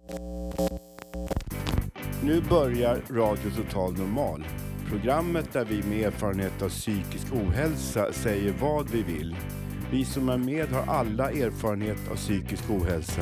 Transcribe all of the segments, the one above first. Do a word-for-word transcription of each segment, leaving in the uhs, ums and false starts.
Nu börjar Radio Total Normal. Programmet där vi med erfarenhet av psykisk ohälsa säger vad vi vill. Vi som är med har alla erfarenhet av psykisk ohälsa.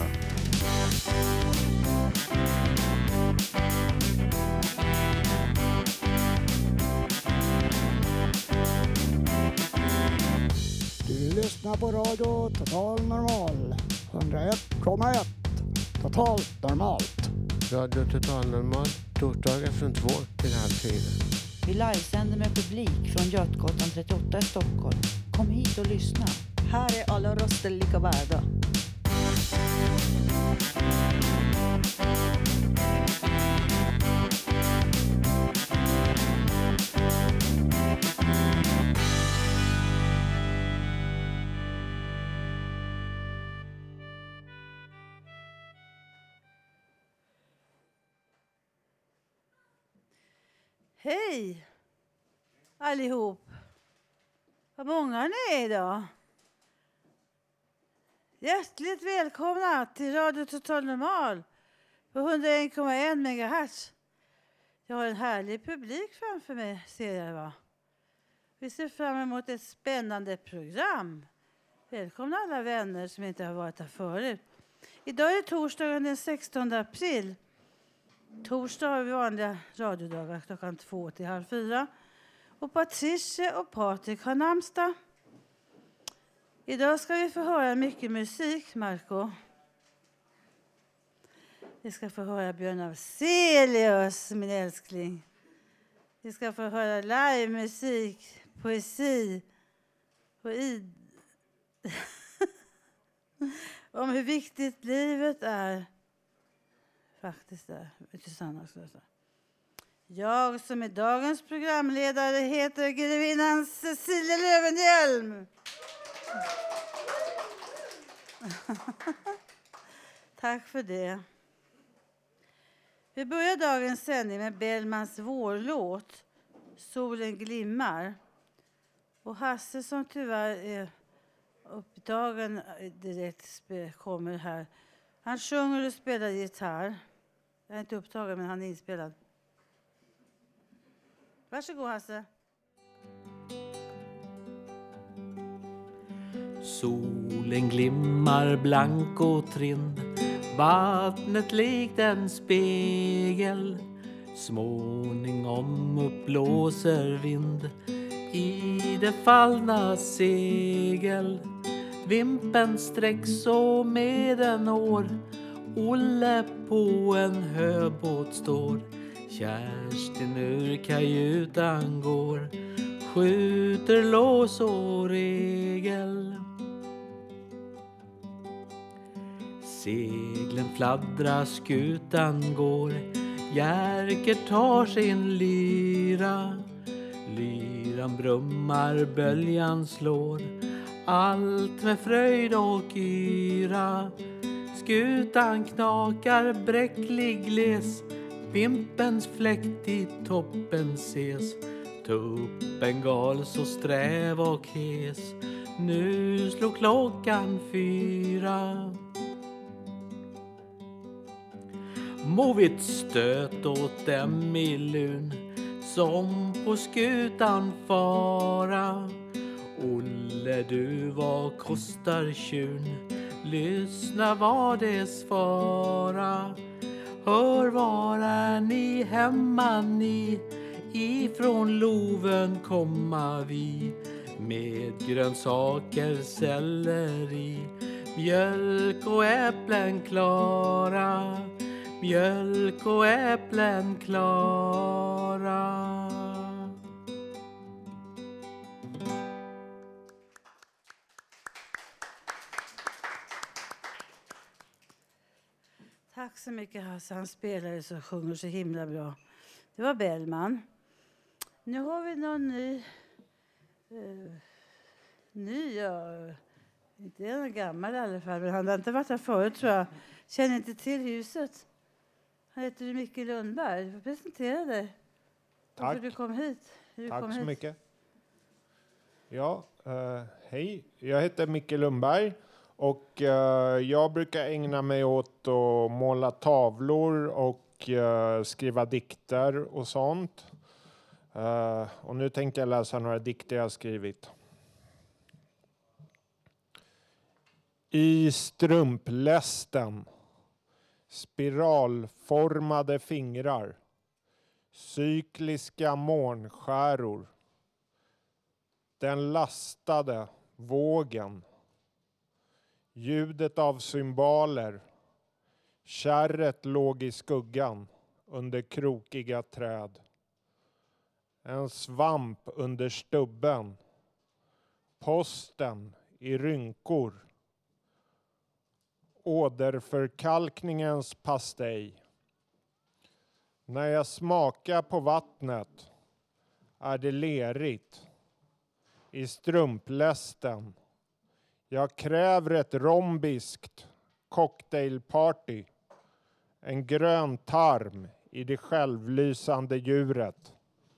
Du lyssnar på Radio Total Normal. hundraett komma ett. Totalt normalt. Radio Total Normal. Torsdagar från två till halv fyra. Vi livesänder med publik från Götgatan trettioåtta i Stockholm. Kom hit och lyssna. Här är alla röster lika värda. Hej allihop. Vad många ni är idag. Hjärtligt välkomna till Radio Total Normal på hundraett komma ett megahertz. Jag har en härlig publik framför mig, ser jag va. Vi ser fram emot ett spännande program. Välkomna alla vänner som inte har varit här förut. Idag är torsdagen den sextonde april. Torsdag har vi vanliga radiodagar klockan två till halv fyra. Och Patricia och Patrik har namnsdag. Idag ska vi få höra mycket musik, Marco. Vi ska få höra Björn Afzelius, min älskling. Vi ska få höra livemusik, poesi och id... om hur viktigt livet är. Faktiskt är tillsammans. Jag som är dagens programledare heter grevinnan Cecilia Löwenhjelm. Tack för det. Vi börjar dagens sändning med Bellmans vårlåt Solen glimmar. Och Hasse som tyvärr är upptagen direkt kommer här. Han sjunger och spelar gitarr. Jag är inte upptagen men han är inspelad. Varsågod Hasse. Solen glimmar blank och trind, vattnet likt en spegel. Småningom uppblåser vind i det fallna segel. Vimpen sträcks och med en år Olle på en höbåt står. Kerstin ur kajutan går, skjuter lås och regel. Seglen fladdrar, skutan går, Jerker tar sin lyra. Lyran brummar, böljan slår, allt med fröjd och yra. Skutan knakar, bräcklig gles, vimpens fläkt i toppen ses. Tuppen gal så sträv och hes, nu slår klockan fyra. Movit stöt åt dem i lun, som på skutan fara. Olle, du, vad kostar tjun? Lyssna vad det svara. Hör, var är ni hemma ni? Ifrån Loven komma vi, med grönsaker, selleri, mjölk och äpplen klara. Mjölk och äpplen klara. Tack så mycket Hasse. Han spelar så sjunger så himla bra. Det var Bellman. Nu har vi någon ny... Uh, ny, ja. Inte en gammal i alla fall. Men han har inte varit här förut tror jag. Känner inte till huset. Han heter du Micke Lundberg. Du får presentera dig. Tack. Varför du kom hit. Du Tack kom så hit. mycket. Ja, uh, hej. Jag heter Micke Lundberg Och eh, jag brukar ägna mig åt att måla tavlor och eh, skriva dikter och sånt. Eh, och nu tänkte jag läsa några dikter jag har skrivit. I strumplästen, spiralformade fingrar, cykliska mornskäror, den lastade vågen, ljudet av cymbaler, kärret låg i skuggan under krokiga träd, en svamp under stubben, posten i rynkor, åderförkalkningens pastej. När jag smakar på vattnet är det lerigt i strumplästen. Jag kräver ett rombiskt cocktailparty, en grön tarm i det självlysande djuret.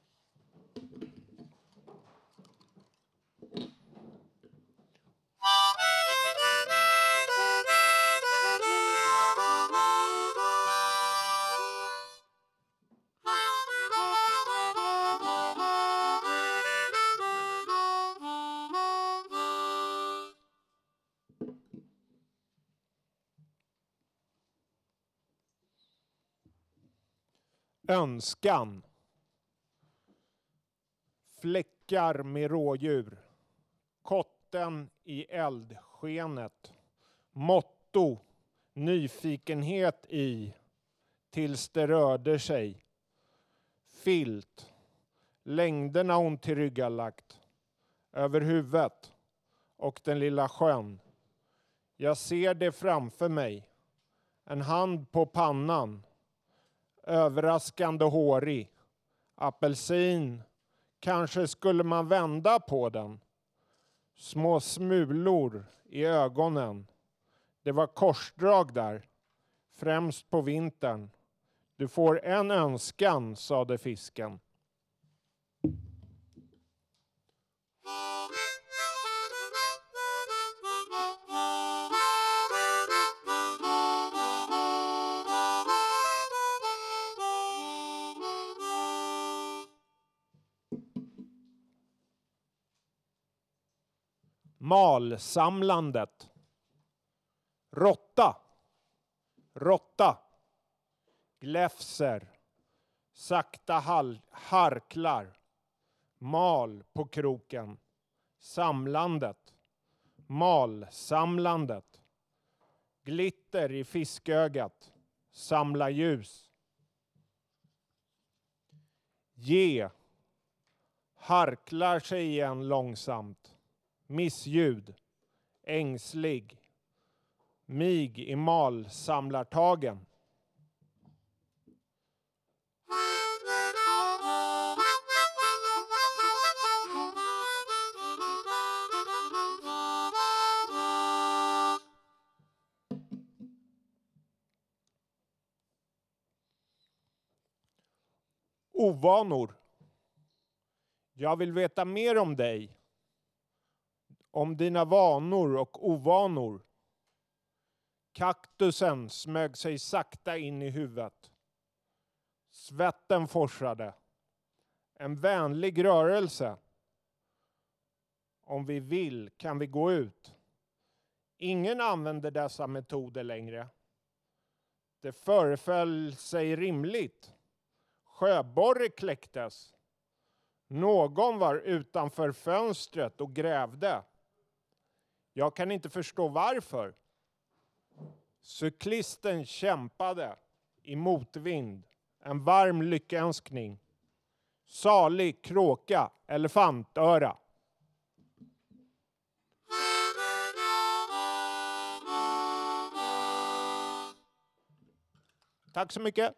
Önskan. Fläckar med rådjur. Kotten i eldskenet. Motto. Nyfikenhet i. Tills det rörde sig. Filt. Längderna hon tillryggalagt. Över huvudet. Och den lilla sjön. Jag ser det framför mig. En hand på pannan. Överraskande hårig. Apelsin. Kanske skulle man vända på den. Små smulor i ögonen. Det var korsdrag där. Främst på vintern. Du får en önskan, sade fisken. Malsamlandet. Råtta. Råtta. Gläfser. Sakta hal- harklar. Mal på kroken. Samlandet. Malsamlandet. Glitter i fiskögat. Samla ljus. Ge. Harklar sig igen långsamt. Missljud. Ängslig. Mig i malsamlartagen. Ovanor. Jag vill veta mer om dig. Om dina vanor och ovanor. Kaktusen smög sig sakta in i huvudet. Svetten forsade. En vänlig rörelse. Om vi vill kan vi gå ut. Ingen använder dessa metoder längre. Det föreföll sig rimligt. Sjöborre kläcktes. Någon var utanför fönstret och grävde. Jag kan inte förstå varför. Cyklisten kämpade i motvind. En varm lyckönskning. Salig kråka, elefantöra. Tack så mycket.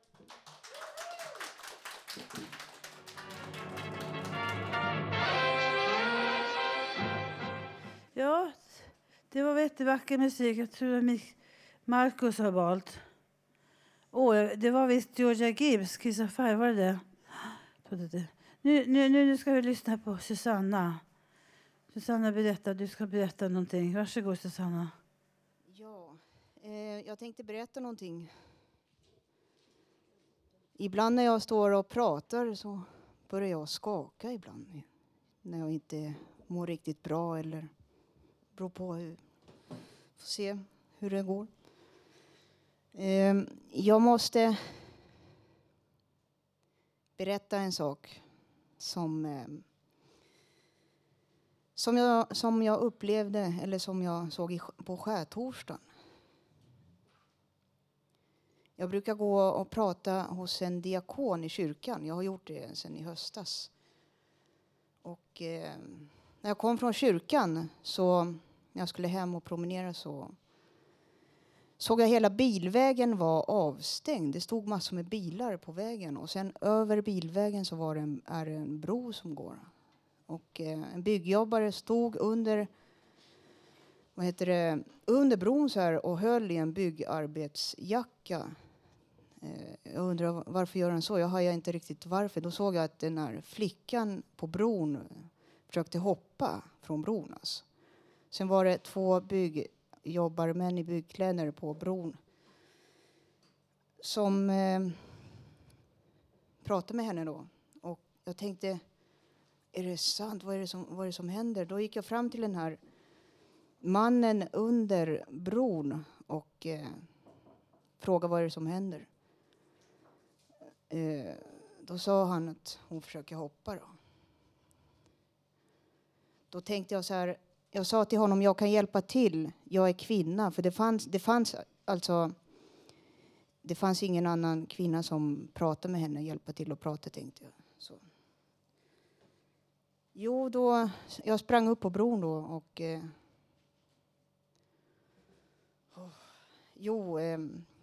Ja, det var jättevacker musik. Jag tror att Marcus har valt. Åh, det var visst Georgia Gibbs, Kiss of Fire, var det det? Nu, nu, nu ska vi lyssna på Susanna. Susanna berättar, du ska berätta någonting. Varsågod Susanna. jag tänkte berätta någonting. Ibland när jag står och pratar så börjar jag skaka ibland. När jag inte mår riktigt bra eller beror på hur. Får se hur det går. Eh, jag måste berätta en sak som, eh, som, jag, som jag upplevde eller som jag såg i, på skärtorsdagen. Jag brukar gå och prata hos en diakon i kyrkan. Jag har gjort det sedan i höstas. Och eh, när jag kom från kyrkan så när jag skulle hem och promenera så såg jag hela bilvägen var avstängd. Det stod massor med bilar på vägen. Och sen över bilvägen så var det en, är det en bro som går. Och eh, en byggjobbare stod under, vad heter det, under bron så här och höll i en byggarbetsjacka. Eh, jag undrar varför gör han så? Jag hajar inte riktigt varför. Då såg jag att den här flickan på bron försökte hoppa från bron. Alltså. Sen var det två bygg jobbar män i byggkläder på bron som eh, pratade med henne då. Och jag tänkte, är det sant? Vad är det som, vad är det som händer? Då gick jag fram till den här mannen under bron och eh, frågade vad är det som händer. Eh, då sa han att hon försöker hoppa då. Då tänkte jag så här, jag sa till honom, jag kan hjälpa till. Jag är kvinna. För det fanns, det fanns alltså, det fanns ingen annan kvinna som pratade med henne. Hjälpa till att prata, tänkte jag. Så. Jo, då, jag sprang upp på bron då och... Eh, oh, jo... Eh,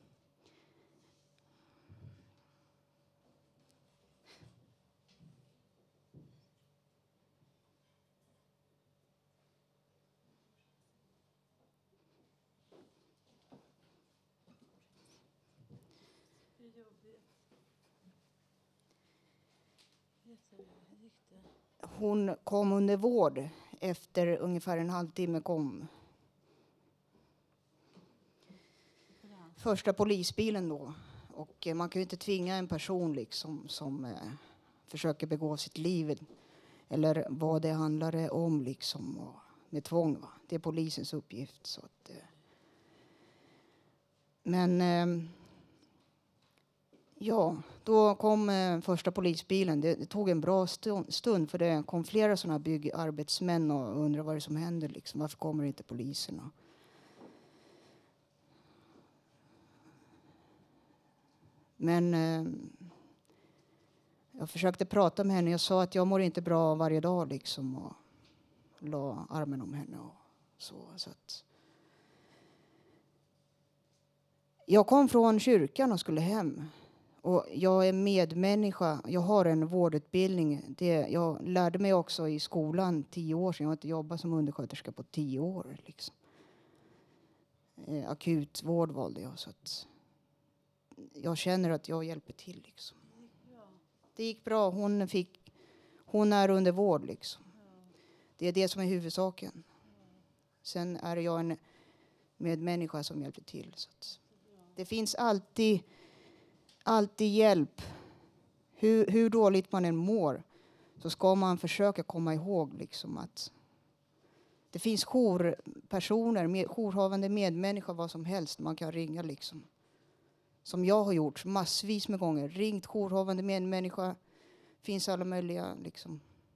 Hon kom under vård efter ungefär en halvtimme kom första polisbilen då. Och man kan ju inte tvinga en person liksom som eh, försöker begå sitt liv eller vad det handlar om liksom och med tvång. Va? Det är polisens uppgift. Så att, eh. Men eh, ja, då kom eh, första polisbilen. Det, det tog en bra stund, stund för det kom flera sådana byggarbetsmän och undrade vad det som händer. Liksom. Varför kommer inte polisen? Och men eh, jag försökte prata med henne. Jag sa att jag mår inte bra varje dag liksom och la armen om henne och så. så att jag kom från kyrkan och skulle hem. Och jag är medmänniska. Jag har en vårdutbildning. Det, jag lärde mig också i skolan tio år sedan. Jag har inte jobbat som undersköterska på tio år. Liksom. Eh, akutvård valde jag. Så att jag känner att jag hjälper till. Liksom. Det gick bra. Hon, fick, hon är under vård. Liksom. Det är det som är huvudsaken. Sen är jag en medmänniska som hjälper till. Så att det finns alltid... Alltid hjälp. Hur, hur dåligt man än mår så ska man försöka komma ihåg liksom att det finns jourpersoner, med, jourhavande medmänniskor, vad som helst man kan ringa liksom. Som jag har gjort massvis med gånger. Ringt jourhavande medmänniska. Finns alla möjliga liksom.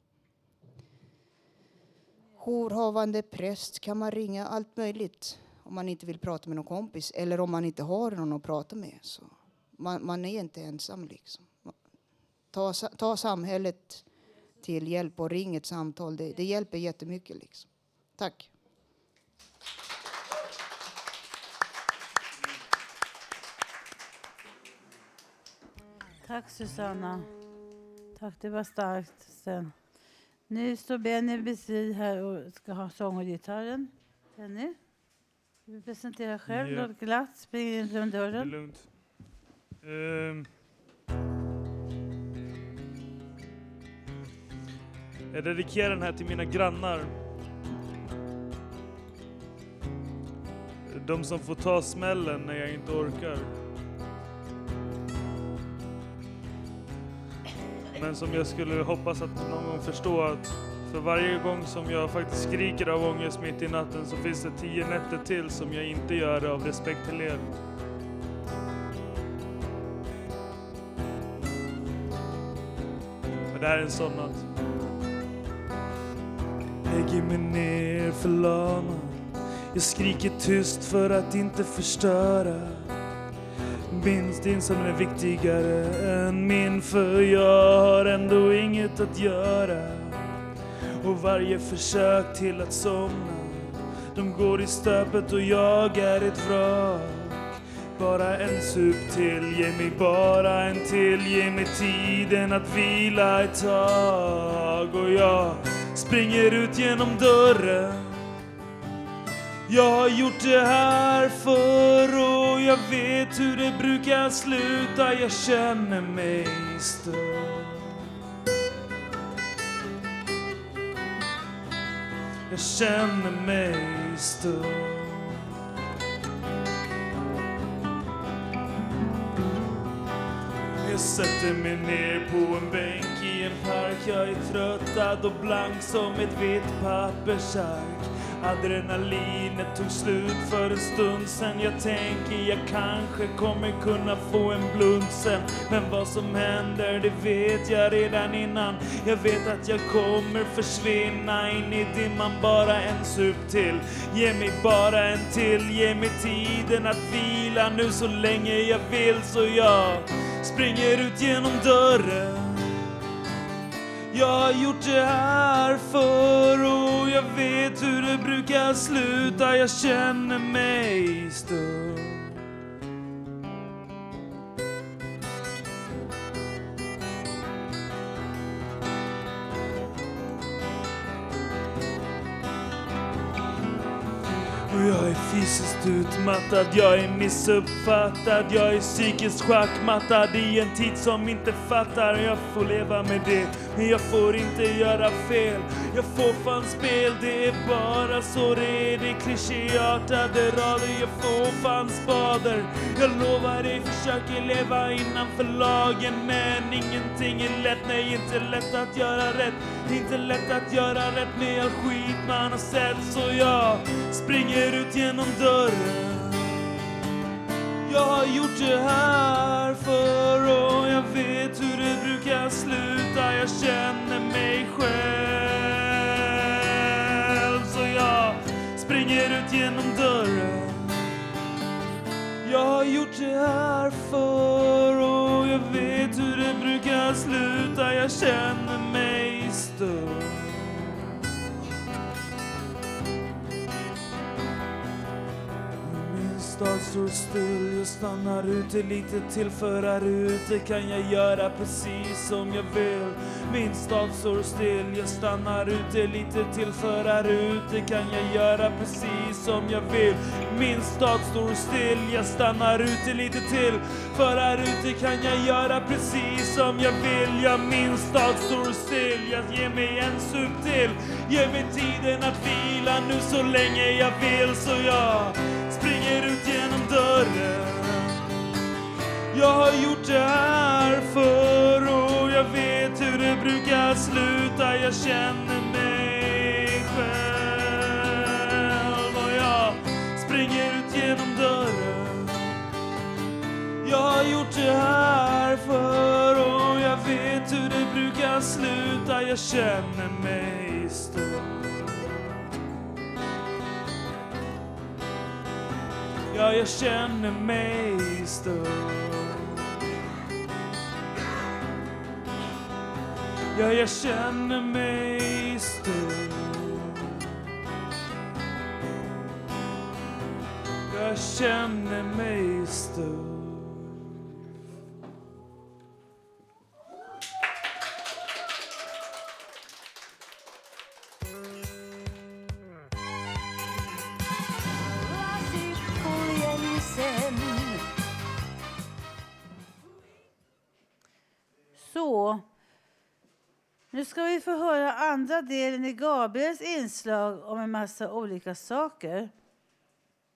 Jourhavande präst kan man ringa, allt möjligt. Om man inte vill prata med någon kompis eller om man inte har någon att prata med så. Man, man är inte ensam liksom. Ta, ta samhället till hjälp och ring ett samtal. Det, det hjälper jättemycket liksom. Tack. Tack Susanna. Tack, det var starkt. Sen. Nu står Benny Besri här och ska ha sång och gitarren. Benny, du presenterar själv. Ja. Och glatt springer in runt dörren. Det är lugnt. Um, jag dedikerar den här till mina grannar. de som får ta smällen när jag inte orkar. Men som jag skulle hoppas att någon gång förstå att för varje gång som jag faktiskt skriker av ångest mitt i natten så finns det tio nätter till som jag inte gör av respekt till er. Men det här är en sån natt. Lägger mig ner förlamad. Jag skriker tyst för att inte förstöra. Minns din som är viktigare än min, för jag har ändå inget att göra. Och varje försök till att somna, de går i stöpet och jag är ett vrak. Bara en sup till, ge mig bara en till, ge mig tiden att vila ett tag. Och jag springer ut genom dörren. Jag har gjort det här förr och jag vet hur det brukar sluta. Jag känner mig störd. Jag känner mig störd. Jag sätter mig ner på en bänk i en park. Jag är tröttad och blank som ett vitt pappersark. Adrenalinet tog slut för en stund sen. Jag tänker jag kanske kommer kunna få en blund sen. Men vad som händer det vet jag redan innan. Jag vet att jag kommer försvinna in i dimman. Bara en sup till, ge mig bara en till. Ge mig tiden att vila nu så länge jag vill. Så jag springer ut genom dörren. Jag har gjort det här förr och jag vet hur det brukar sluta. Jag känner mig störd. Och jag är fysiskt utmattad, jag är missuppfattad. Jag är psykiskt schackmattad i en tid som inte fattar. Jag får leva med det, men jag får inte göra fel. Jag får fan spel, det är bara så det är. Det är klichéartade rader, jag får fan spader. Jag lovar dig, försöker leva innanför lagen. Men ingenting är lätt, nej inte lätt att göra rätt. Inte lätt att göra rätt med all skit man har sett. Så jag springer ut genom dörren. Jag har gjort det här förr och jag vet hur det brukar sluta. Jag känner mig själv. Så jag springer ut genom dörren. Jag har gjort det här förr och jag vet hur det brukar sluta. Jag känner mig störd. Stad står still, jag stannar ute lite till. För här ute kan jag göra precis som jag vill. Min stad står still, jag stannar ute lite till. För här ute kan jag göra precis som jag vill. Min stad står still, jag stannar ute lite till. För här ute kan jag göra precis som jag vill. Ja, min stad står still, jag ger mig en sup till. Ge mig tiden att vila nu så länge jag vill. Så jag springer ut genom dörren. Jag har gjort det här förr och jag vet hur det brukar sluta. Jag känner mig själv och jag springer ut genom dörren. Jag har gjort det här förr och jag vet hur det brukar sluta. Jag känner mig störd. Ja, jag känner mig störd. Ja, jag känner mig störd. Jag känner mig störd. Så, nu ska vi få höra andra delen i Gabriels inslag om en massa olika saker.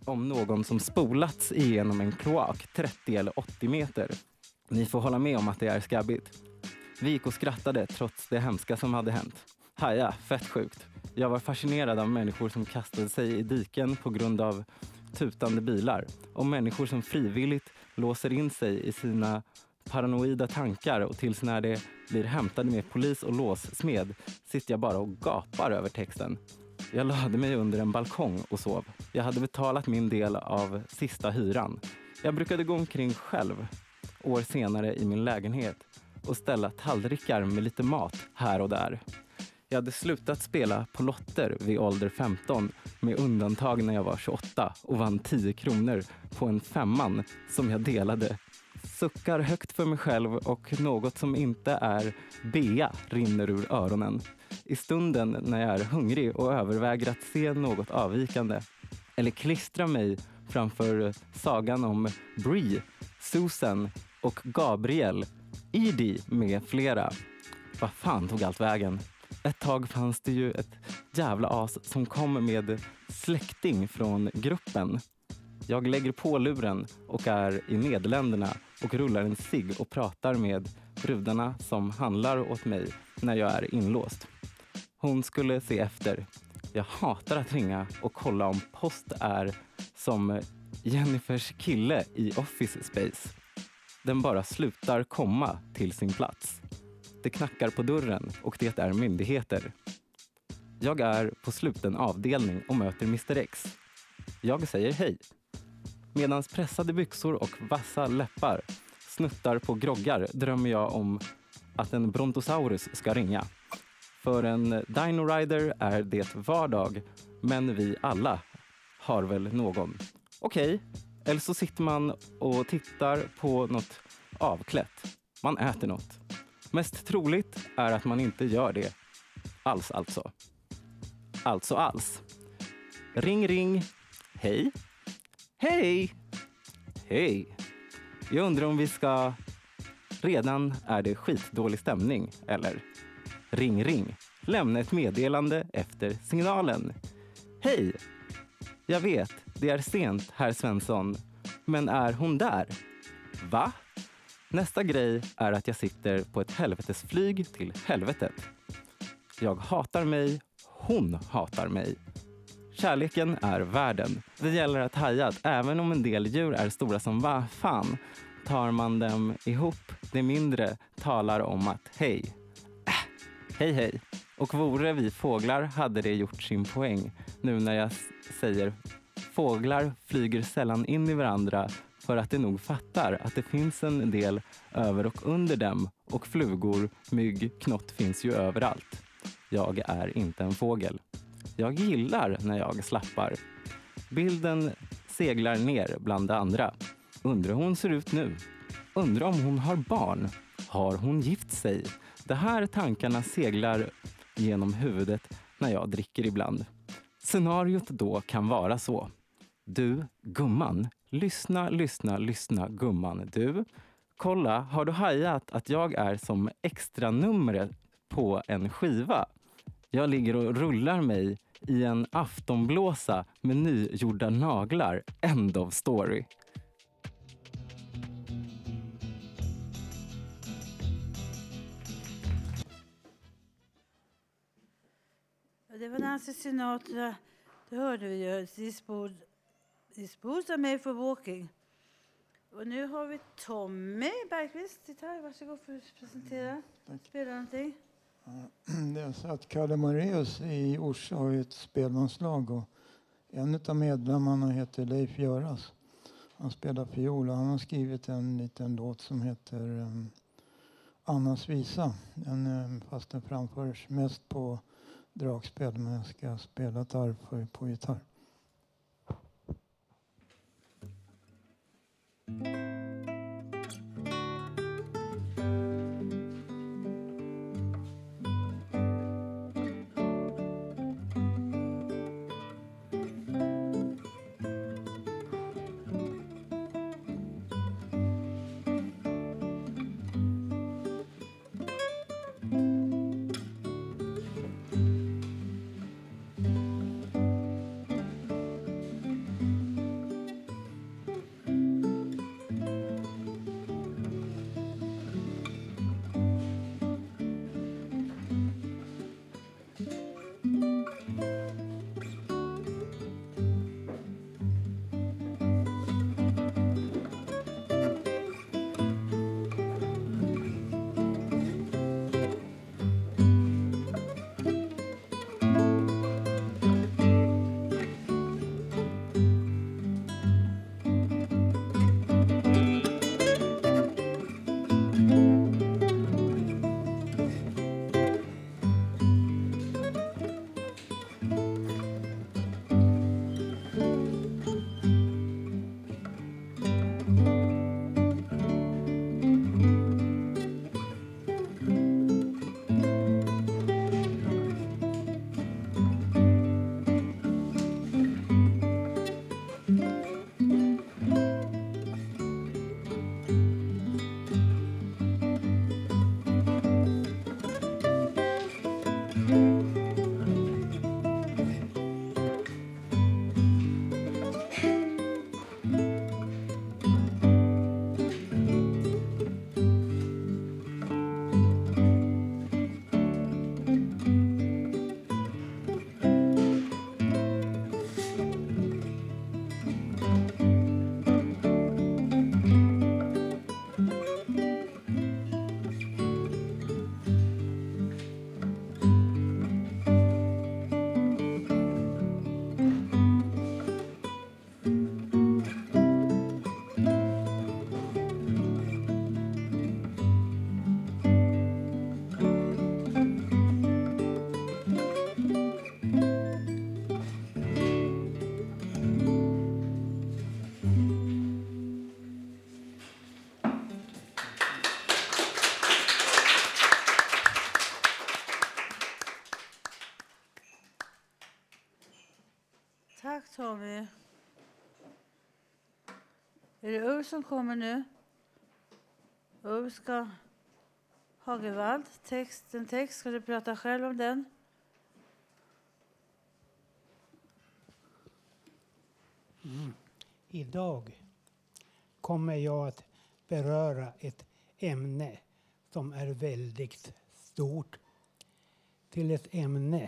om någon som spolats igenom en kloak trettio eller åttio meter. Ni får hålla med om att det är skabbigt. Vi gick och skrattade trots det hemska som hade hänt. Haja, fett sjukt. Jag var fascinerad av människor som kastade sig i diken på grund av tutande bilar. Och människor som frivilligt låser in sig i sina paranoida tankar och tills när det blir hämtade med polis och låssmed sitter jag bara och gapar över texten. Jag lade mig under en balkong och sov. Jag hade betalat min del av sista hyran. Jag brukade gå omkring själv år senare i min lägenhet och ställa tallrikar med lite mat här och där. Jag hade slutat spela på lotter vid ålder femton med undantag när jag var tjugoåtta och vann tio kronor på en femman som jag delade. Suckar högt för mig själv och något som inte är bea rinner ur öronen. I stunden när jag är hungrig och överväger att se något avvikande eller klistra mig framför sagan om Bree, Susan och Gabriel, Edie med flera. Vad fan tog allt vägen? Ett tag fanns det ju ett jävla as som kom med släkting från gruppen. Jag lägger på luren och är i Nederländerna och rullar en cigg och pratar med brudarna som handlar åt mig när jag är inlåst. Hon skulle se efter. Jag hatar att ringa och kolla om post är som Jennifers kille i Office Space. Den bara slutar komma till sin plats. Det knackar på dörren och det är myndigheter. Jag är på sluten avdelning och möter mister X. Jag säger hej. Medans pressade byxor och vassa läppar snuttar på groggar drömmer jag om att en brontosaurus ska ringa. För en Dino Rider är det vardag, men vi alla har väl någon. Okej, eller så sitter man och tittar på något avklätt. Man äter något. Mest troligt är att man inte gör det. Alls alltså. Alltså alls. Ring, ring. Hej. Hej. Hej. Jag undrar om vi ska... Redan är det skitdålig stämning, eller? Ring, ring. Lämna ett meddelande efter signalen. Hej. Jag vet, det är sent, herr Svensson. Men är hon där? Va? Nästa grej är att jag sitter på ett helvetesflyg till helvetet. Jag hatar mig, hon hatar mig. Kärleken är världen. Det gäller att haja att även om en del djur är stora som vad fan tar man dem ihop. Det mindre talar om att hej. Äh, hej hej. Och vore vi fåglar hade det gjort sin poäng. Nu när jag s- säger fåglar flyger sällan in i varandra för att de nog fattar att det finns en del över och under dem och flugor, mygg, knott finns ju överallt. Jag är inte en fågel. Jag gillar när jag slappar. Bilden seglar ner bland det andra. Undrar hur hon ser ut nu. Undrar om hon har barn. Har hon gift sig? Det här tankarna seglar genom huvudet när jag dricker ibland. Scenariot då kan vara så. Du, gumman. Lyssna, lyssna, lyssna, gumman. Du, kolla, har du hajat att jag är som extra numret på en skiva? Jag ligger och rullar mig i en aftonblåsa med nygjorda naglar. End of story. Det var Nancy Sinatra. Det hörde vi ju. This boots are made for walking. Och nu har vi Tommy Bergqvist. Titta här, varsågod för att presentera. Spela någonting. Det är så att Kalle Moraeus i Orsa har ett spelmanslag och en av medlemmarna heter Leif Göras. Han spelar fiol och han har skrivit en liten låt som heter um, Annas visa. Den, um, fast den framförs mest på dragspel, men jag ska spela ett arv på, på gitarr. Tommy. Är det Ulf som kommer nu? Ulf ska Hagevald, text, en text. Ska du prata själv om den? Mm. Idag kommer jag att beröra ett ämne som är väldigt stort. Till ett ämne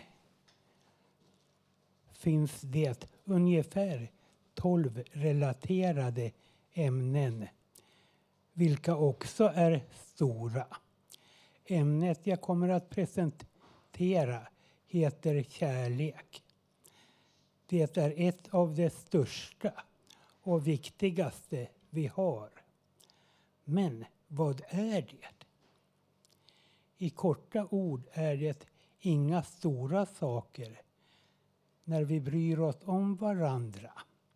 finns det ungefär tolv relaterade ämnen, vilka också är stora. Ämnet jag kommer att presentera heter kärlek. Det är ett av de största och viktigaste vi har. Men vad är det? I korta ord är det inga stora saker. När vi bryr oss om varandra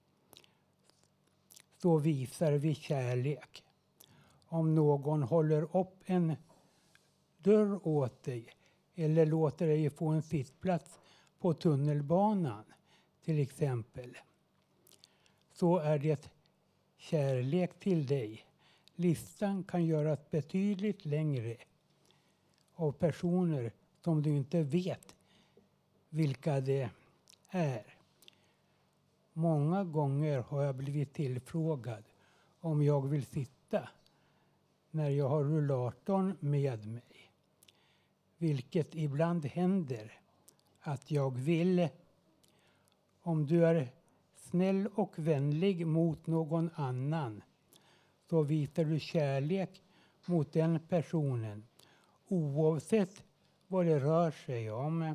så visar vi kärlek. Om någon håller upp en dörr åt dig eller låter dig få en sittplats på tunnelbanan till exempel, så är det kärlek till dig. Listan kan göras betydligt längre av personer som du inte vet vilka det är. Många gånger har jag blivit tillfrågad om jag vill sitta när jag har rullatorn med mig. Vilket ibland händer att jag vill. Om du är snäll och vänlig mot någon annan så visar du kärlek mot den personen oavsett vad det rör sig om.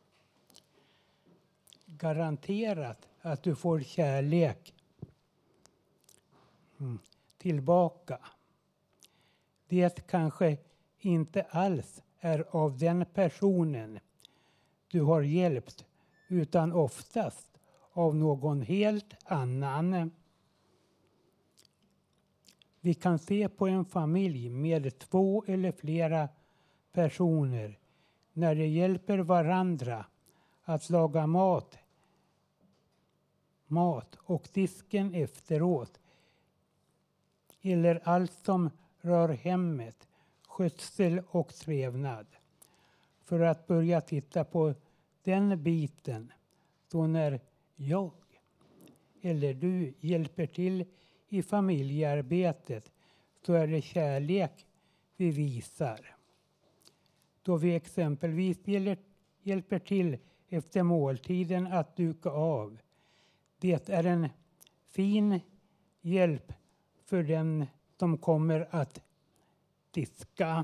Garanterat att du får kärlek mm. tillbaka. Det kanske inte alls är av den personen du har hjälpt, utan oftast av någon helt annan. Vi kan se på en familj med två eller flera personer när de hjälper varandra att laga mat, mat och disken efteråt. Eller allt som rör hemmet, skötsel och trevnad. För att börja titta på den biten, så när jag eller du hjälper till i familjearbetet så är det kärlek vi visar. Då vi exempelvis hjälper till efter måltiden att duka av. Det är en fin hjälp för den som kommer att diska.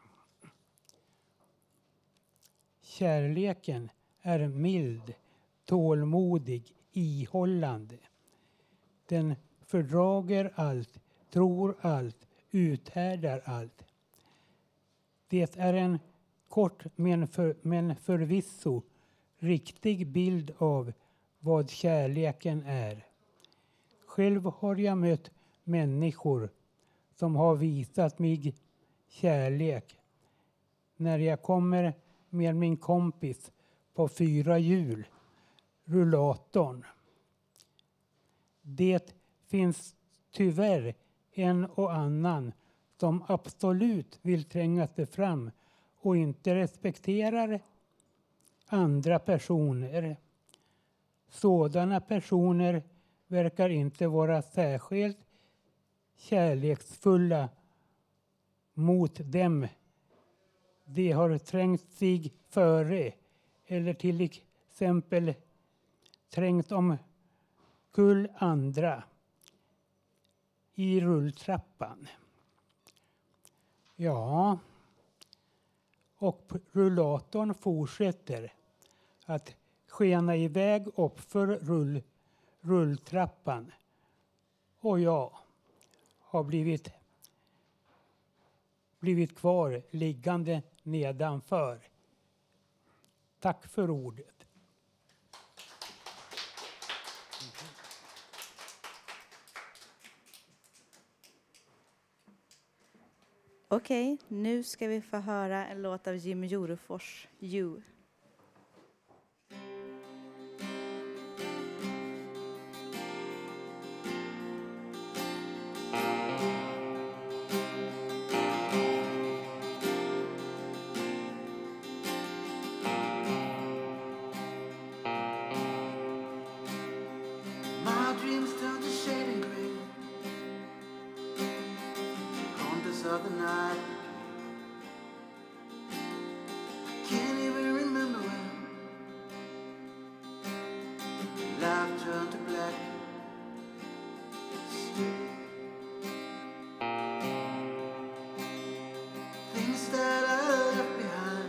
Kärleken är mild, tålmodig, ihållande. Den fördrager allt, tror allt, uthärdar allt. Det är en kort men, för, men förvisso riktig bild av vad kärleken är. Själv har jag mött människor som har visat mig kärlek när jag kommer med min kompis på fyra hjul, rullatorn. Det finns tyvärr en och annan som absolut vill tränga sig fram och inte respekterar andra personer. Sådana personer verkar inte vara särskilt kärleksfulla mot dem. De har trängt sig före eller till exempel trängt om kull andra i rulltrappan. Ja, och rullatorn fortsätter att skena iväg upp för rull, rulltrappan. Och jag har blivit, blivit kvar liggande nedanför. Tack för ordet. Okej, nu ska vi få höra en låt av Jim Jorefors, You. of the night. I can't even remember when life turned to black. Things that I left behind,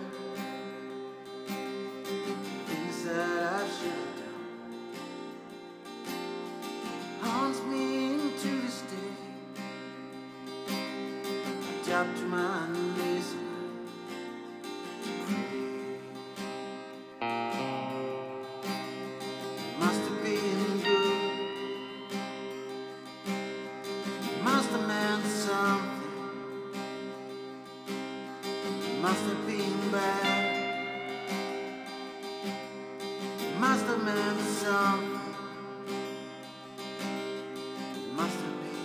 things that I should have done, haunts me into this day. I drop to my knees and pray. Must have been good, must have meant something. Must have been bad, must have meant something, must have been.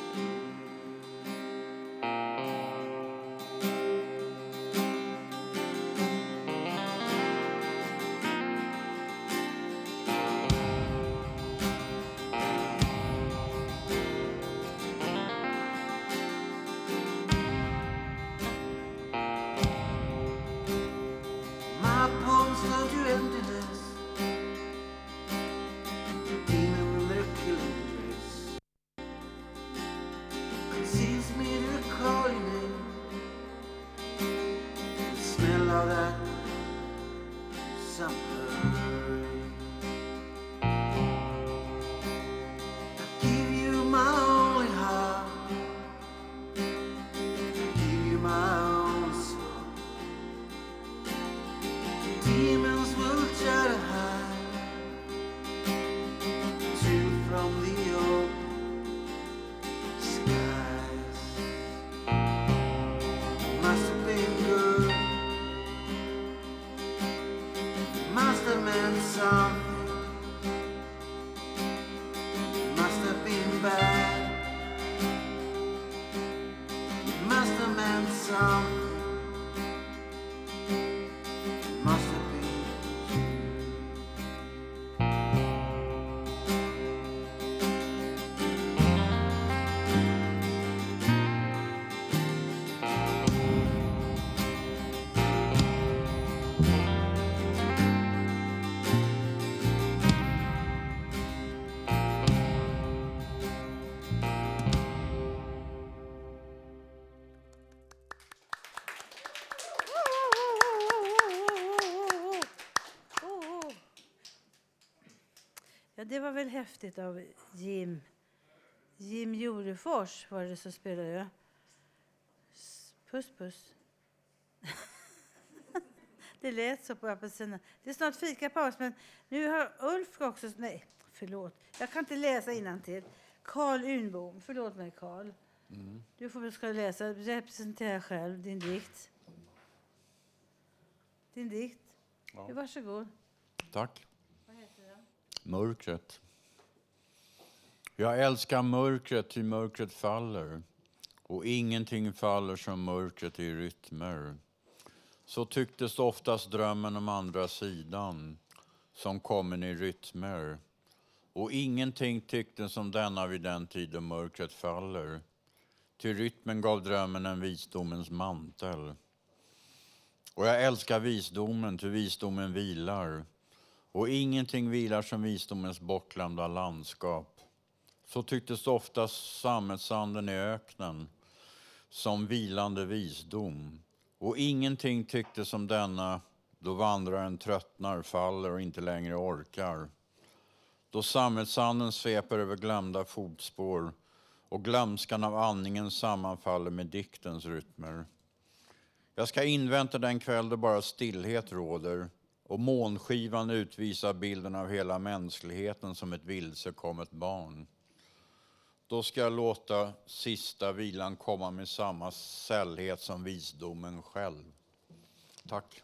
My poems turn to emptiness, demon with their killing grace conceals me to recall your name. The smell of that summer rain. I give you my only heart, I give you my only soul. Demons will try to hide truth from the open skies. Must have been good, must have meant something, must have been bad, must have meant something. Must have Ja, det var väl häftigt av Jim. Jim Jorefors var det som spelade. S- Puss, puss. Det lät så på apelsinen. Det är snart fikapaus, men nu har Ulf också... Nej, förlåt. Jag kan inte läsa innantill. Carl Unbom. Förlåt mig, Carl. Mm. Du får väl ska läsa. Representera själv din dikt. Din dikt. Ja. Varsågod. Tack. Vad heter den? Mörkret. Jag älskar mörkret till mörkret faller. Och ingenting faller som mörkret i rytmer. Så tycktes oftast drömmen om andra sidan. Som kommer i rytmer. Och ingenting tycktes som denna vid den tiden mörkret faller. Till rytmen gav drömmen en visdomens mantel. Och jag älskar visdomen, till visdomen vilar. Och ingenting vilar som visdomens bortglömda landskap. Så tycktes oftast sammetsanden i öknen som vilande visdom. Och ingenting tycktes som denna då vandraren tröttnar, faller och inte längre orkar. Då sammetsanden sveper över glömda fotspår och glömskan av andningen sammanfaller med diktens rytmer. Jag ska invänta den kväll då bara stillhet råder och månskivan utvisar bilden av hela mänskligheten som ett vilsekommet barn. Då ska jag låta sista vilan komma med samma sällhet som visdomen själv. Tack.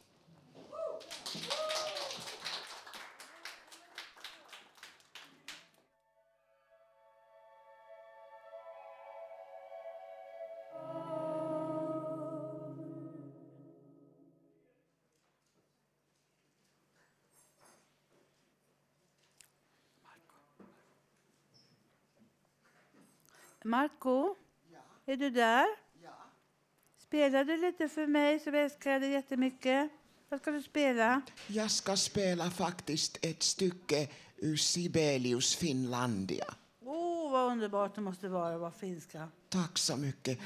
Marco, är du där? Ja. spelar du lite för mig som älskar dig jättemycket? Vad ska du spela? Jag ska spela faktiskt ett stycke ur Sibelius Finlandia. Åh, oh, vad underbart det måste vara att vara finska. Tack så mycket.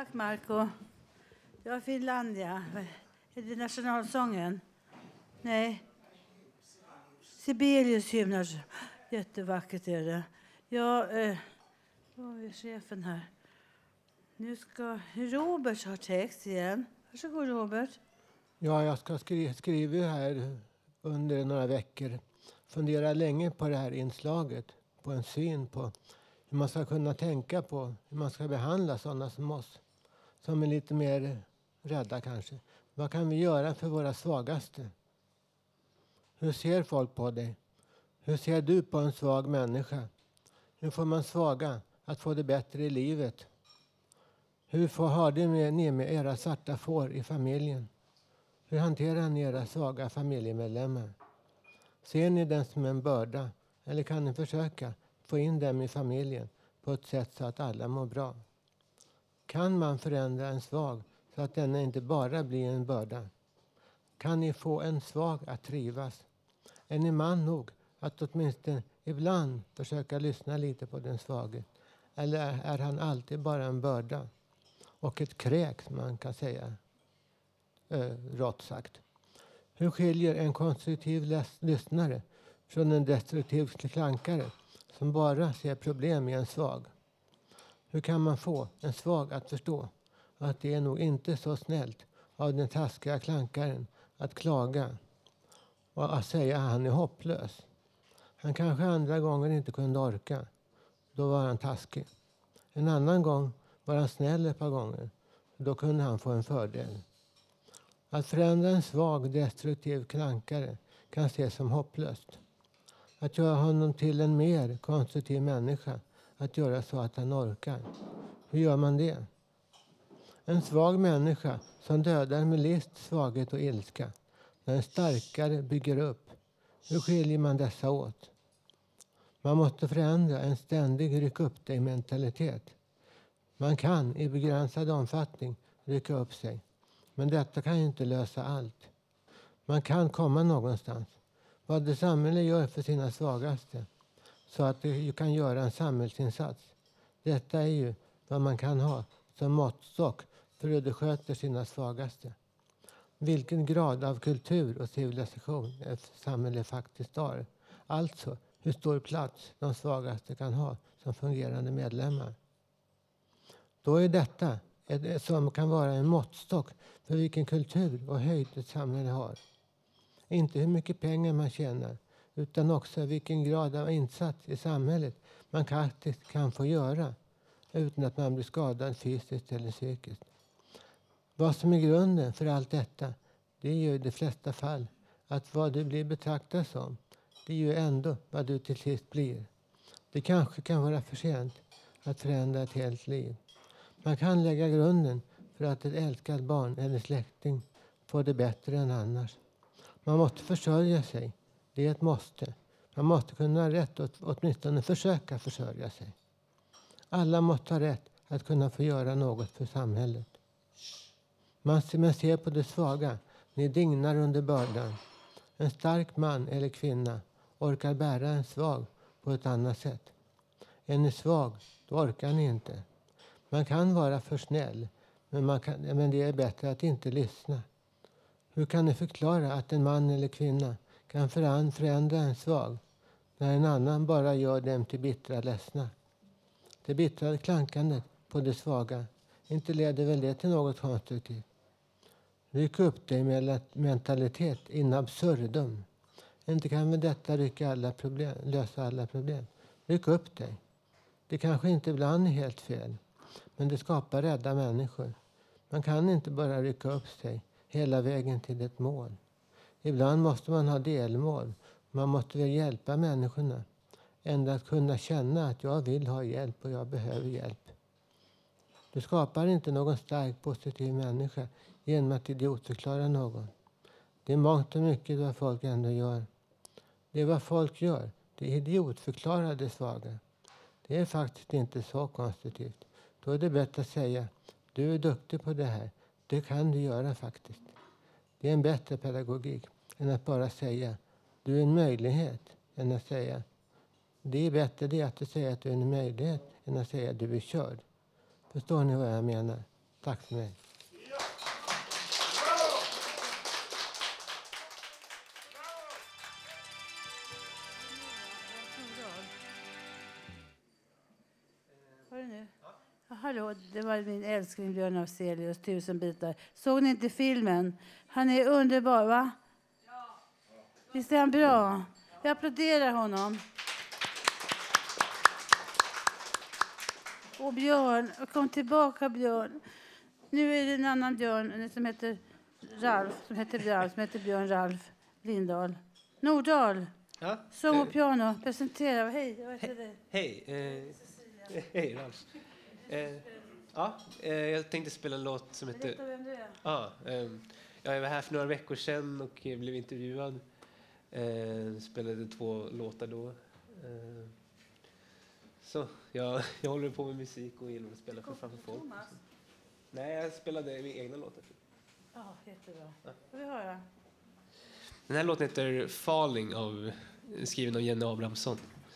Tack Marco. Ja, Finlandia. Är det nationalsången? Nej. Sibelius hymn. Jättevackert är det. Ja, eh, vad är chefen här? Nu ska Robert ha text igen. Varsågod Robert. Ja, jag ska skri- skriva här under några veckor. Fundera länge på det här inslaget. På en syn på hur man ska kunna tänka på. Hur man ska behandla sådana som oss. Som är lite mer rädda kanske. Vad kan vi göra för våra svagaste? Hur ser folk på dig? Hur ser du på en svag människa? Hur får man svaga att få det bättre i livet? Hur får ha det med, ni med era svarta får i familjen? Hur hanterar ni era svaga familjemedlemmar? Ser ni den som en börda? Eller kan ni försöka få in dem i familjen på ett sätt så att alla mår bra? Kan man förändra en svag så att den inte bara blir en börda? Kan ni få en svag att trivas? Är ni man nog att åtminstone ibland försöka lyssna lite på den svage? Eller är han alltid bara en börda? Och ett kräk, man kan säga, eh, rått sagt. Hur skiljer en konstruktiv läs- lyssnare från en destruktiv klankare som bara ser problem i en svag? Hur kan man få en svag att förstå att det är nog inte så snällt av den taskiga klankaren att klaga och att säga att han är hopplös? Han kanske andra gånger inte kunde orka. Då var han taskig. En annan gång var han snäll ett par gånger. Då kunde han få en fördel. Att förändra en svag, destruktiv klankare kan ses som hopplöst. Att göra honom till en mer konstruktiv människa. Att göra så att han orkar. Hur gör man det? En svag människa som dödar med list, svaghet och ilska. När en starkare bygger upp. Hur skiljer man dessa åt? Man måste förändra en ständig ryck upp dig mentalitet. Man kan i begränsad omfattning rycka upp sig. Men detta kan ju inte lösa allt. Man kan komma någonstans. Vad det samhället gör för sina svagaste. Så att du kan göra en samhällsinsats. Detta är ju vad man kan ha som måttstock för hur du sköter sina svagaste. Vilken grad av kultur och civilisation ett samhälle faktiskt har. Alltså hur stor plats de svagaste kan ha som fungerande medlemmar. Då är detta ett, som kan vara en måttstock för vilken kultur och höjd ett samhälle har. Inte hur mycket pengar man tjänar utan också vilken grad av insats i samhället man faktiskt kan få göra utan att man blir skadad fysiskt eller psykiskt. Vad som är grunden för allt detta, det är ju i de flesta fall att vad du blir betraktad som, det är ju ändå vad du till sist blir. Det kanske kan vara för sent att förändra ett helt liv. Man kan lägga grunden för att ett älskat barn eller släkting får det bättre än annars. Man måste försörja sig. Det är ett måste. Man måste kunna ha rätt att åtminstone försöka försörja sig. Alla måste ha rätt att kunna få göra något för samhället. Man ser på det svaga. Ni dignar under bördan. En stark man eller kvinna orkar bära en svag på ett annat sätt. Är ni svag, då orkar ni inte. Man kan vara för snäll, men, man kan, men det är bättre att inte lyssna. Hur kan ni förklara att en man eller kvinna kan förändra en svag när en annan bara gör dem till bittra ledsna? Det bittra klankandet på det svaga, inte leder väl det till något konstruktivt? Ryck upp dig med mentalitet in absurdum. Inte kan väl detta rycka alla problem, lösa alla problem. Ryck upp dig. Det kanske inte ibland är helt fel, men det skapar rädda människor. Man kan inte bara rycka upp sig hela vägen till ett mål. Ibland måste man ha delmål. Man måste väl hjälpa människorna. Ända att kunna känna att jag vill ha hjälp och jag behöver hjälp. Du skapar inte någon stark positiv människa genom att idiotförklara någon. Det är mångt och mycket vad folk ändå gör. Det är vad folk gör. Det är idiotförklara det svaga. Det är faktiskt inte så konstruktivt. Då är det bättre att säga, du är duktig på det här. Det kan du göra faktiskt. Det är en bättre pedagogik än att bara säga, du är en möjlighet. Än att säga, det är bättre det att du säger att du är en möjlighet än att säga att du är körd. Förstår ni vad jag menar? Tack för mig. Var det nu? Ja, hallå, det var min älskling Björn Afzelius, Tusen bitar. Såg ni inte filmen? Han är underbar, va? Ja. Visst är han bra? Jag applåderar honom. Och Björn, kom tillbaka Björn. Nu är det en annan Björn som heter Ralf, som heter Ralf, som heter Björn Ralf Lindahl. Nordahl. Ja. Sång och piano. Presentera. Hej, vad heter det? Hej. Eh, hej, Ralf. Eh, ja, eh, jag tänkte spela en låt som heter... Berätta vem du är. Ja, eh, jag var här för några veckor sedan och blev intervjuad. Eh, spelade två låtar då. Eh, så, jag, jag håller på med musik och gillar att spela för framför folk. Thomas? Nej, jag spelade min egna låtar. Ja, jättebra. Får vi höra? Den här låten heter Falling, av, skriven av Jenny Abrahamsson.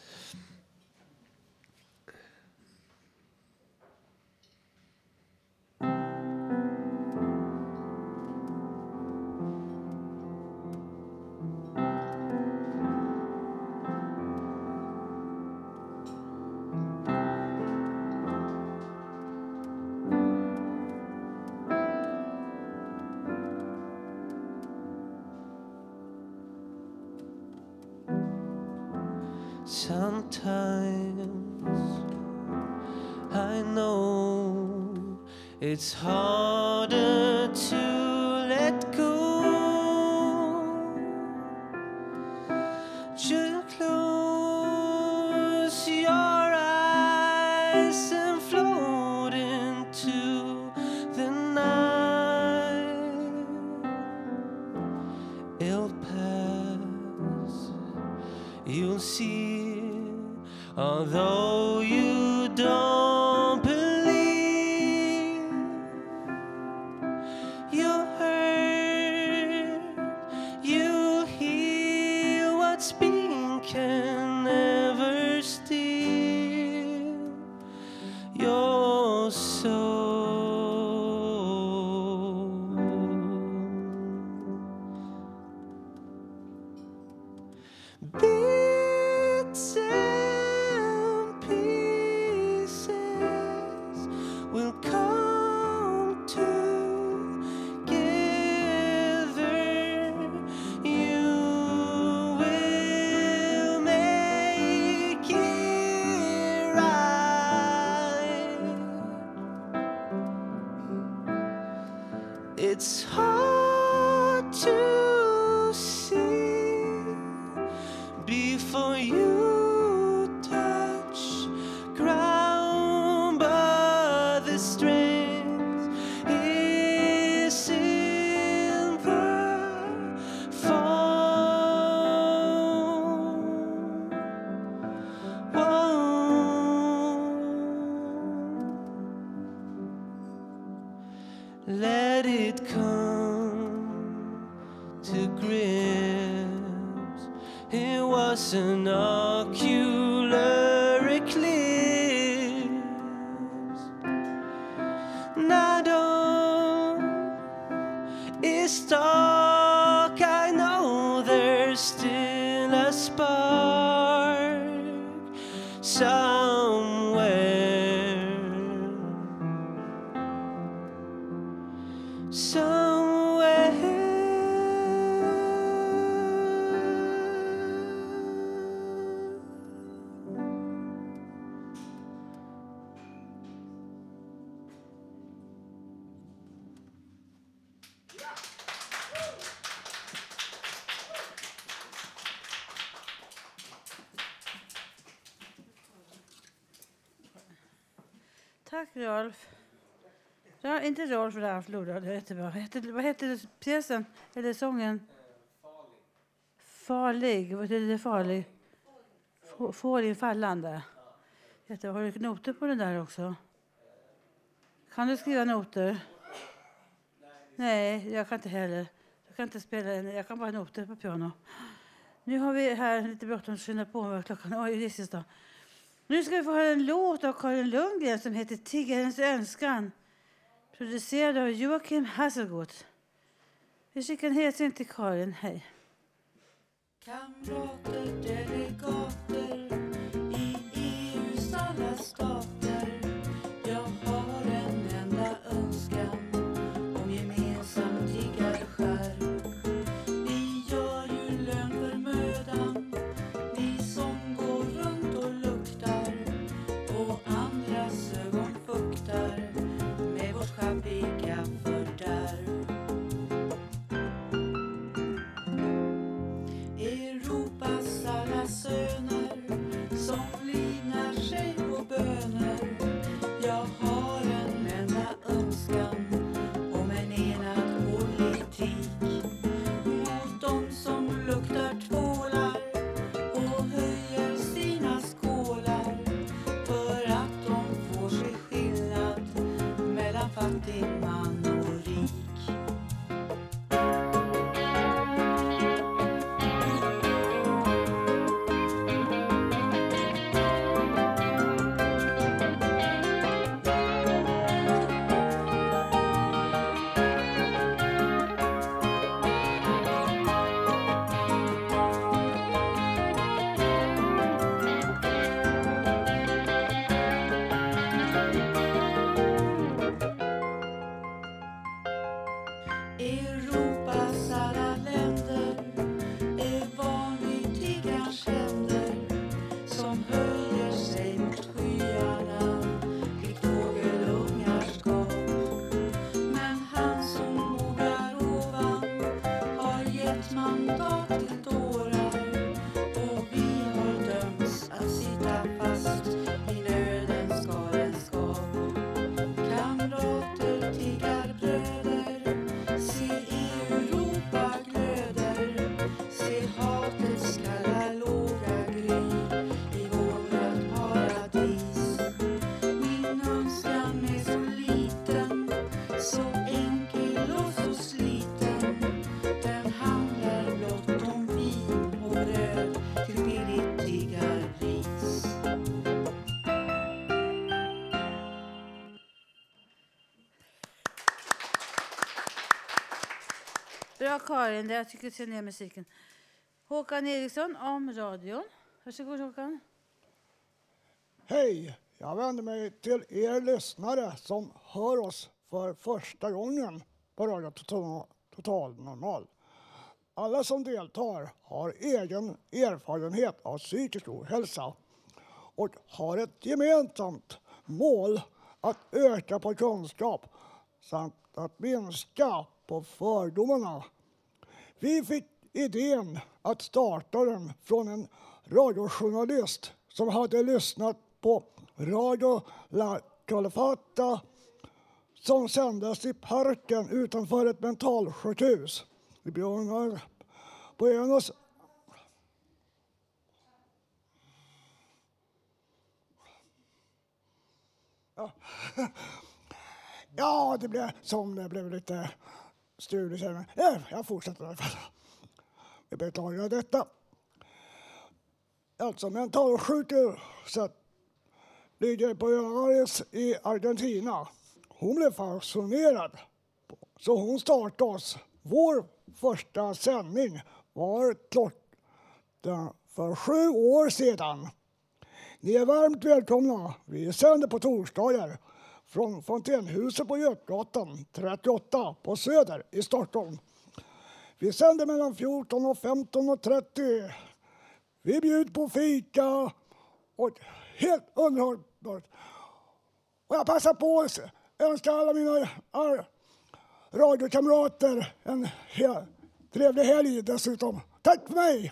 Sometimes I know it's harder to let go. Just close your eyes and float into the night. It'll pass, you'll see. Although you don't believe, you hurt, you heal. What's been can never steal your soul. Bits will come together. You will make it right. It's hard to see before you touch ground, but the strength is in the fall. Whoa. Let it come to grips. It was an ocular eclipse. Not all is dark. I know there's still a spark somewhere. Somewhere. Tack Rolf. Ja, inte Rolf Ralf Lodal, det är jättebra. Heter, vad heter pjäsen? Eller sången? Farlig. Vad är det farlig? Falling, fallande. Jättebra. Har du noter på den där också? Kan du skriva noter? Nej, jag kan inte heller. Jag kan inte spela, jag kan bara noter på piano. Nu har vi här lite bråttom att skynda på med klockan. Oj, Jesus då. Nu ska vi få höra en låt av Karin Lundgren som heter Tiggarens önskan. Producerad av Joakim Hasselgård. Vi skickar en hälsning till Karin. Hej. Kamrater, delegater i E U:s alla stater. Jag har en enda önskan om gemensam tiggarskär. Vi gör ju lön för mödan, vi som går runt och luktar och andras ögon fuktar med vårt schabbiga fördärv. Europas alla söner som livnar sig på böner. Jag har en enda önskan om en enad politik mot de som luktar tvålar och höjer sina skålar för att de får sig skillnad mellan fattig man och rik. Europas alla länder är van vid tiggarns händer som höjer sig mot skyarna likt fågelungars gap. Men han som vågar ovan har gett mandat till dårar och vi har dömts att sitta fast i nödens galenskap. Kamrater, tiggarbröder, se Europa glöder, se hatets kalla låga gry i vårat paradis. Min önskan är så liten, så enkel och så sliten. Den handlar blott om vin och bröd till billigt tiggarpris. Bra Karin, jag tycker du ser ner musiken. Håkan Eriksson om radion. Varsågod Håkan. Hej! Jag vänder mig till er lyssnare som hör oss för första gången på Radio Total, Total Normal. Alla som deltar har egen erfarenhet av psykisk ohälsa och har ett gemensamt mål att öka på kunskap samt att minska på fördomarna. Vi fick idén att starta den från en radiojournalist som hade lyssnat på Radio La Calafata som sändes i parken utanför ett mentalsjukhus i Buenos ja. ja, det blev som det blev lite studier. Ja, jag fortsätter i alla fall. Vi beklagar detta. Alltså mentalsjukhuset ligger på Öaris i Argentina. Hon blev fascinerad. Så hon startade oss. Vår första sändning var klockan för sju år sedan. Ni är varmt välkomna. Vi sänder på torsdagar från Fontänhuset på Götgatan trettioåtta på Söder i Stockholm. Vi sänder mellan fjorton och femton och trettio. Vi bjuder på fika och helt underbart. Och jag passar på att önska alla mina radiokamrater en hel, trevlig helg dessutom. Tack för mig!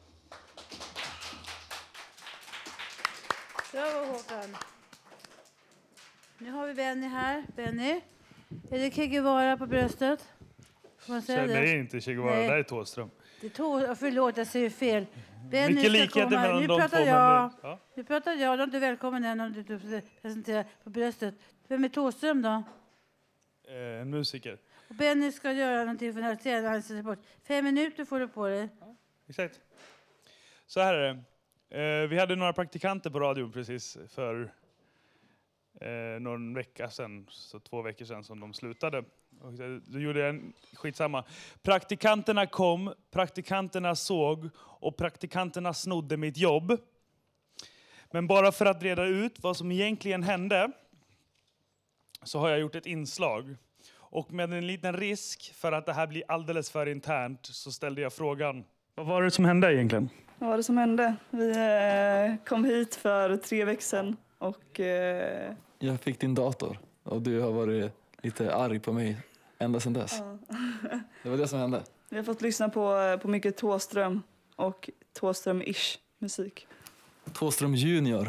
Bravo Håkan. Nu har vi Benny här. Benny, är det Che Guevara på bröstet? Får man säga Så, det? nej, inte Che Guevara, det är Thåström. Det är Thå, förlåt, jag säger fel. Benny Mycket ska likheter komma. mellan Nu de pratar två, jag. men- ja. Nu pratar jag. Du är inte välkommen än om du inte presenterar på bröstet. Vem är Thåström då? Eh, en musiker. Och Benny ska göra någonting för den här han sätter bort. Fem minuter får du på dig. Exakt. Så här är det. Eh, vi hade några praktikanter på radion precis för eh, någon vecka sedan, så två veckor sedan som de slutade. Och då gjorde jag en skitsamma. Praktikanterna kom, praktikanterna såg och praktikanterna snodde mitt jobb. Men bara för att reda ut vad som egentligen hände så har jag gjort ett inslag. Och med en liten risk för att det här blir alldeles för internt så ställde jag frågan. Vad var det som hände egentligen? Vad var det som hände? Vi eh, kom hit för tre veckor sedan och... Eh... Jag fick din dator och du har varit lite arg på mig ända sedan dess. Ja. Det var det som hände. Vi har fått lyssna på, på mycket Thåström och Thåström-ish musik. Thåström Junior.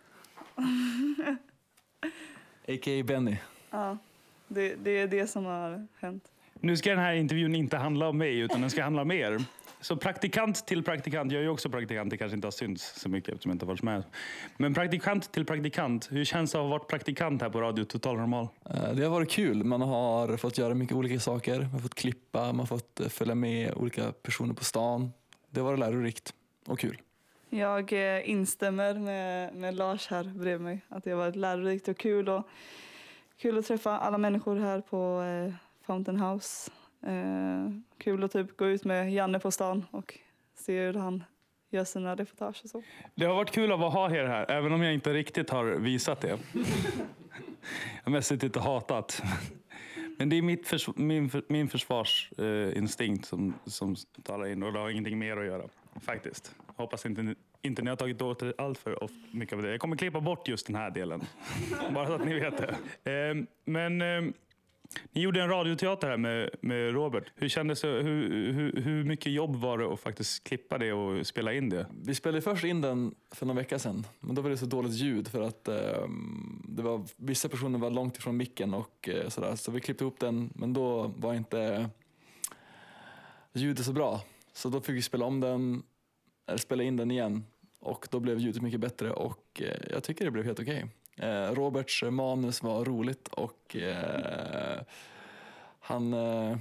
A K A Benny. Ja, det, det är det som har hänt. Nu ska den här intervjun inte handla om mig utan den ska handla om er. Så praktikant till praktikant, jag är ju också praktikant, det kanske inte har synts så mycket eftersom jag inte har varit med. Men praktikant till praktikant, hur känns det att ha varit praktikant här på Radio Total Normal? Det har varit kul, man har fått göra mycket olika saker. Man har fått klippa, man har fått följa med olika personer på stan. Det var lärorikt och kul. Jag instämmer med, med Lars här bredvid mig. Att det har varit lärorikt och kul. Och kul att träffa alla människor här på eh, Fountain House. Eh, kul att typ gå ut med Janne på stan och se hur han gör sina reportage och så. Det har varit kul att ha er här, även om jag inte riktigt har visat det. Jag har mest inte hatat. Men det är mitt förs- min, min försvarsinstinkt eh, som, som talar in och det har ingenting mer att göra. Faktiskt. Hoppas inte, inte ni har tagit åt er allt för ofta mycket av det. Jag kommer klippa bort just den här delen. Bara så att ni vet det. Eh, men eh, ni gjorde en radioteater här med, med Robert. Hur kändes det? Hur, hur, hur mycket jobb var det att faktiskt klippa det och spela in det? Vi spelade först in den för några veckor sedan. Men då var det så dåligt ljud för att eh, det var, vissa personer var långt ifrån micken och eh, sådär. Så vi klippte ihop den, men då var inte ljudet så bra. Så då fick vi spela om den, eller spela in den igen. Och då blev ljudet mycket bättre och eh, jag tycker det blev helt okej. Eh, Roberts manus var roligt och eh, han, eh,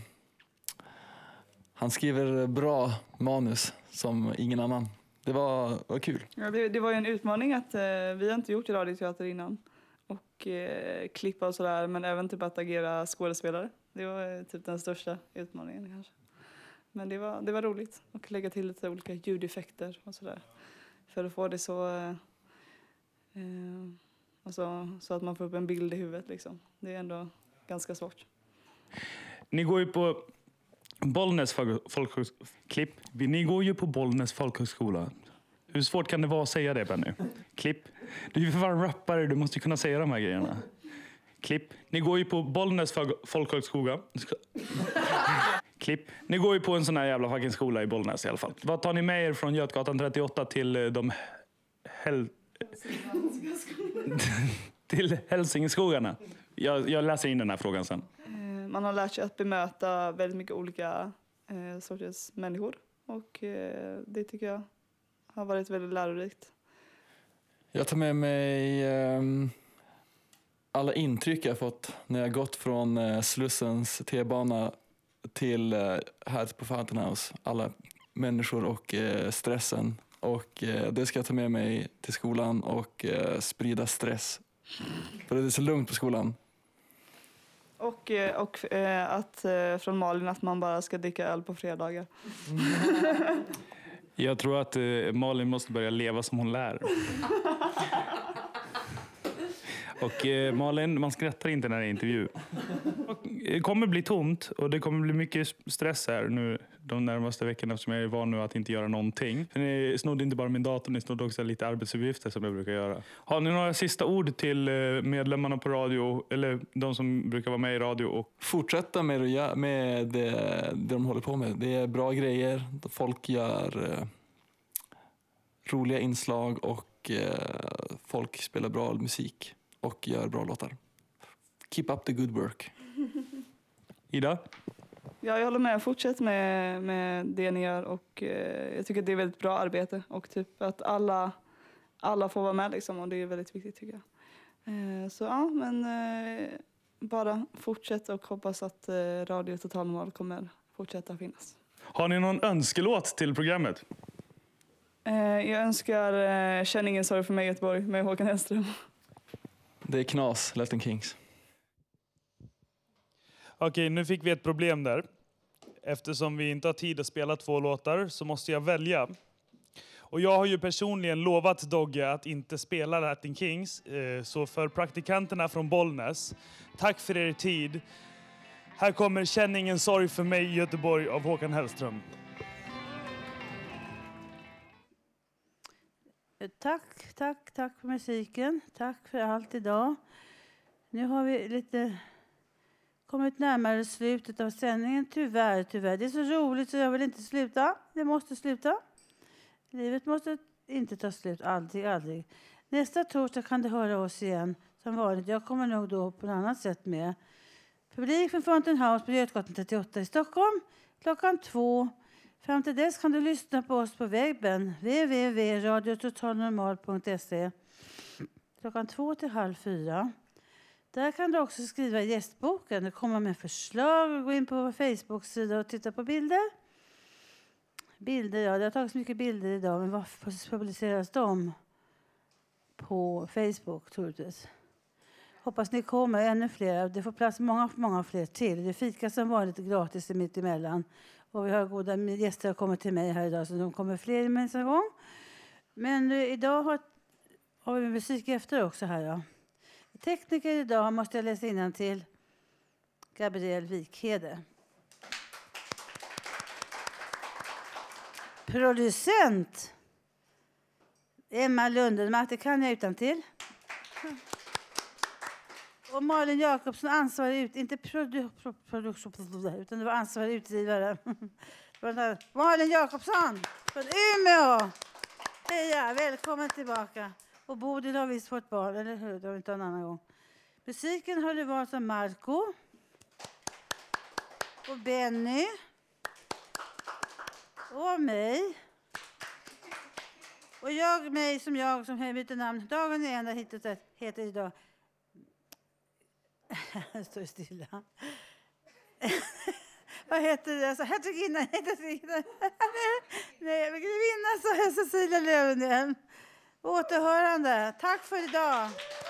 han skriver bra manus som ingen annan. Det var, var kul. Ja, det, det var ju en utmaning att eh, vi har inte gjort radioteater innan. Och eh, klippa och sådär, men även typ att agera skådespelare. Det var eh, typ den största utmaningen kanske. Men det var, det var roligt att lägga till lite olika ljudeffekter och sådär. För att få det så... Eh, eh, alltså, så att man får upp en bild i huvudet liksom. Det är ändå ganska svårt. Ni går ju på Bollnäs folkhögskola. Klipp. Ni går ju på Bollnäs folkhögskola. Hur svårt kan det vara att säga det, Benny? Klipp. Du är ju för fan rappare, du måste ju kunna säga de här grejerna. Klipp. Ni går ju på Bollnäs folkhögskola. Klipp. Ni går ju på en sån här jävla fucking skola i Bollnäs i alla fall. Vad tar ni med er från Götgatan trettioåtta till de hel... till Hälsingeskogarna? Jag, jag läser in den här frågan sen. Man har lärt sig att bemöta väldigt mycket olika eh, sorters människor. Och eh, det tycker jag har varit väldigt lärorikt. Jag tar med mig eh, alla intryck jag fått när jag gått från eh, Slussens T-bana till eh, här på Fountain House. Alla människor och eh, stressen. Och eh, det ska jag ta med mig till skolan och eh, sprida stress. För det är så lugnt på skolan. Och, och eh, att eh, från Malin att man bara ska dricka öl på fredagar. Jag tror att eh, Malin måste börja leva som hon lär. Och eh, Malin, man skrattar inte när det är intervju. Det kommer bli tomt och det kommer bli mycket stress här nu de närmaste veckorna eftersom jag är van nu att inte göra någonting. För ni snodde inte bara min dator, ni snodde också lite arbetsuppgifter som jag brukar göra. Har ni några sista ord till medlemmarna på radio eller de som brukar vara med i radio? Och... Fortsätta med, det, med det, det de håller på med. Det är bra grejer. Folk gör eh, roliga inslag och eh, folk spelar bra musik. Och gör bra låtar. Keep up the good work. Ida? Ja, jag håller med. Fortsätt med, med det ni gör. Och, eh, jag tycker att det är väldigt bra arbete. Och typ att alla, alla får vara med. Liksom, och det är väldigt viktigt tycker jag. Eh, så ja, men eh, bara fortsätt och hoppas att eh, Radio Total Normal kommer fortsätta finnas. Har ni någon önskelåt till programmet? Eh, jag önskar eh, Känn ingen sorg för mig Göteborg med Håkan Hellström. Det är knas, Latin Kings. Okej, nu fick vi ett problem där. Eftersom vi inte har tid att spela två låtar så måste jag välja. Och jag har ju personligen lovat Dogge att inte spela Latin Kings. Så för praktikanterna från Bollnäs, tack för er tid. Här kommer Känn ingen sorg för mig i Göteborg av Håkan Hellström. Tack, tack, tack för musiken. Tack för allt idag. Nu har vi lite kommit närmare slutet av sändningen. Tyvärr, tyvärr. Det är så roligt så jag vill inte sluta. Det måste sluta. Livet måste inte ta slut. Aldrig, aldrig. Nästa torsdag kan du höra oss igen. Som vanligt. Jag kommer nog då på ett annat sätt med. Publik från Fountain House på Götgatan trettioåtta i Stockholm. Klockan två. Fram till dess kan du lyssna på oss på webben. w w w punkt radio total normal punkt se. Klockan två till halv fyra. Där kan du också skriva i gästboken. Komma med förslag och gå in på vår Facebook-sida och titta på bilder. Bilder, ja. Det har tagits mycket bilder idag. Men varför publiceras de på Facebook, troligtvis? Hoppas ni kommer ännu fler. Det får plats många, många fler till. Det fika som var lite gratis mitt emellan. Och vi har goda gäster som kommer till mig här idag. Så de kommer fler nästa gång. Men uh, idag har, har vi musik efter också här. Ja. Tekniker idag måste jag läsa innan till Gabriel Wikhede. Producent Emma Lundenmark, det kan jag utan till. Och Malin Jakobsson ansvarig ut, inte produ, pro, produktion, utan det var ansvarig utgivare. Malin Jakobsson från Umeå. Heja, välkommen tillbaka. Och Bodil har visst fått barn, eller hur? Det har vi inte en annan gång. Musiken har det varit som Marco. Och Benny. Och mig. Och jag, mig som jag, som byter namn. Dagen är enda hittet heter idag. Jag står stilla. Vad heter det? Alltså, hertiginna, hertiginna. Nej, grevinna, sa jag, Cecilia Löfven. Återhörande. Tack för idag.